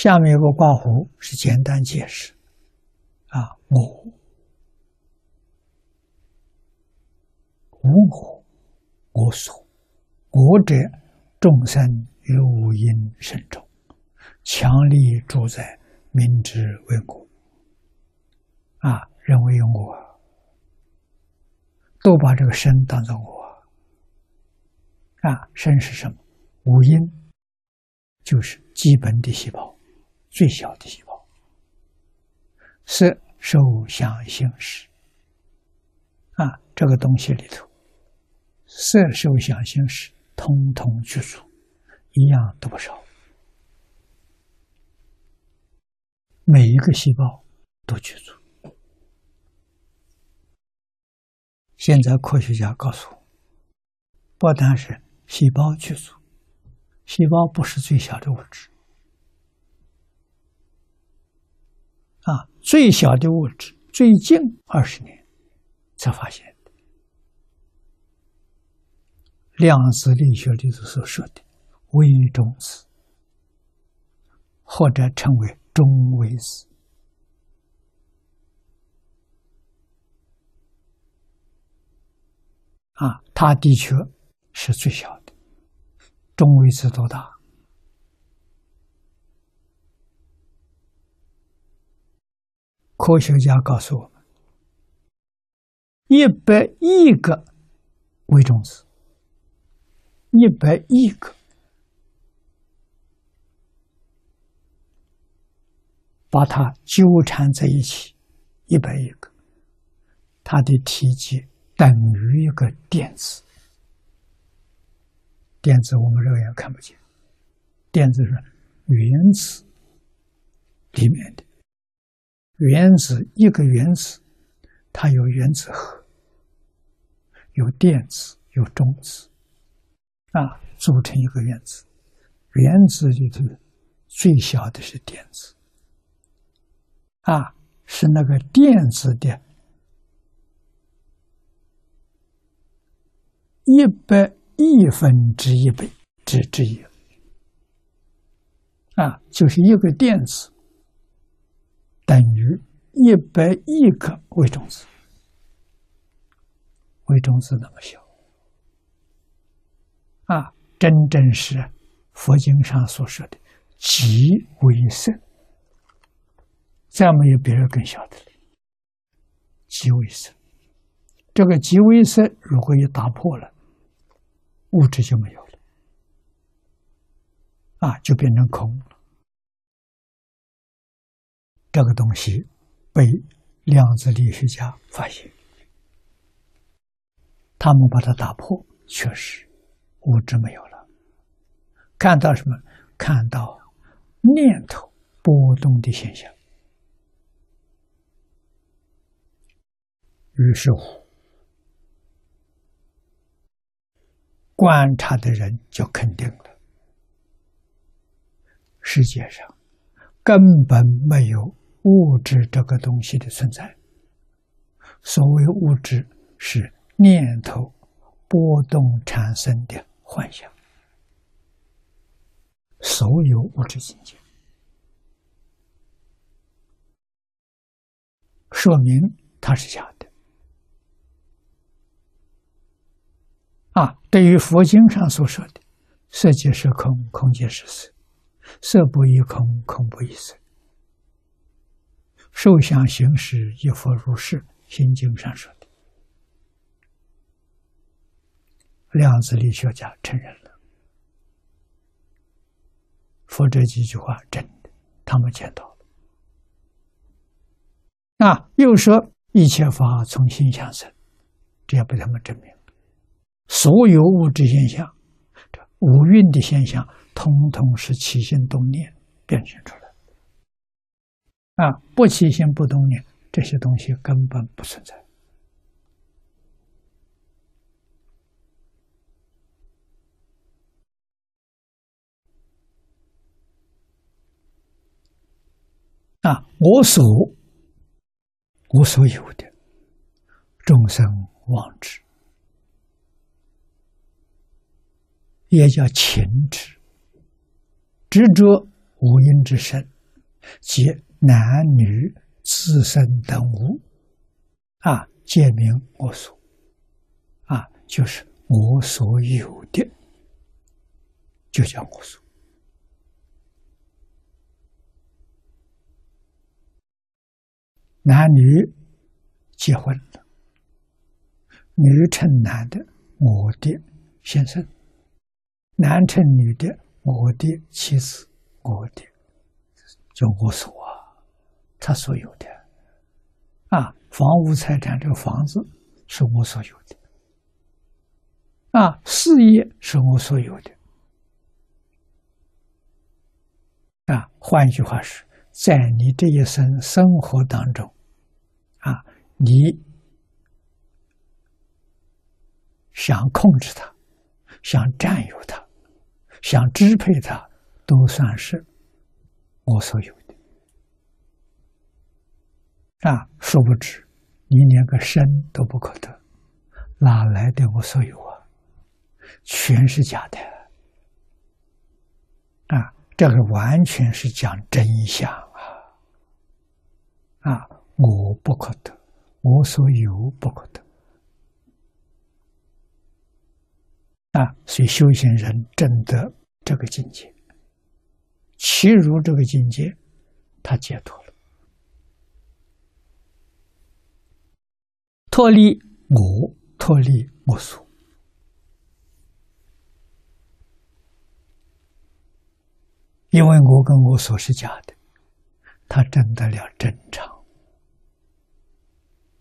下面有个括弧是简单解释我无我所，我者众生于五阴身中，强力住在明之为我认为有我，都把这个身当作我身是什么？五阴就是基本的细胞，最小的细胞，色受想行识这个东西里头，色受想行识通通具足，一样都不少，每一个细胞都具足。现在科学家告诉我，不单是细胞具足，细胞不是最小的物质最小的物质最近20年才发现的，量子力学里头所说的微中子，或者称为中微子它的确是最小的。中微子多大？科学家告诉我们，100亿个微中子，100亿个，把它纠缠在一起，100亿个，它的体积等于一个电子。电子我们肉眼看不见，电子是原子里面的。原子，一个原子它有原子核，有电子，有中子组成一个原子。原子里头最小的是电子是那个电子的100亿分之1倍之一就是一个电子等于100亿个微中子。微中子那么小真正是佛经上所说的极微色，再没有别人更小的了。极微色，这个极微色如果一打破了，物质就没有了就变成空了。这个东西被量子力学家发现，他们把它打破，确实物质没有了。看到什么？看到念头波动的现象。于是乎，观察的人就肯定了，世界上根本没有物质这个东西的存在。所谓物质，是念头波动产生的幻想。所有物质境界，说明它是假的对于佛经上所说的色即是空，空即是色，色不异空，空不异色，受想行识亦复如是，心经上说的，量子力学家承认了，佛这几句话真的，他们见到了又说一切法从心想生，这也被他们证明了。所有物质现象，这五蕴的现象，通通是起心动念变现出来不起心不动念，这些东西根本不存在我所有的众生妄执，也叫情执，执着五阴之身， 即男女自身等物，皆名我所，就是我所有的，就叫我所。男女结婚了，女称男的我的先生，男称女的我的妻子，我的就我所他所有的房屋财产，这个房子是我所有的事业是我所有的换句话是，在你这一生生活当中你想控制它，想占有它，想支配它，都算是我所有的殊不知你连个身都不可得，哪来的我所有全是假的这个完全是讲真相我不可得，我所有不可得所以修行人证得这个境界，其如这个境界，他解脱了，脱离我，脱离我所。因为我跟我所是假的，他证得了真常。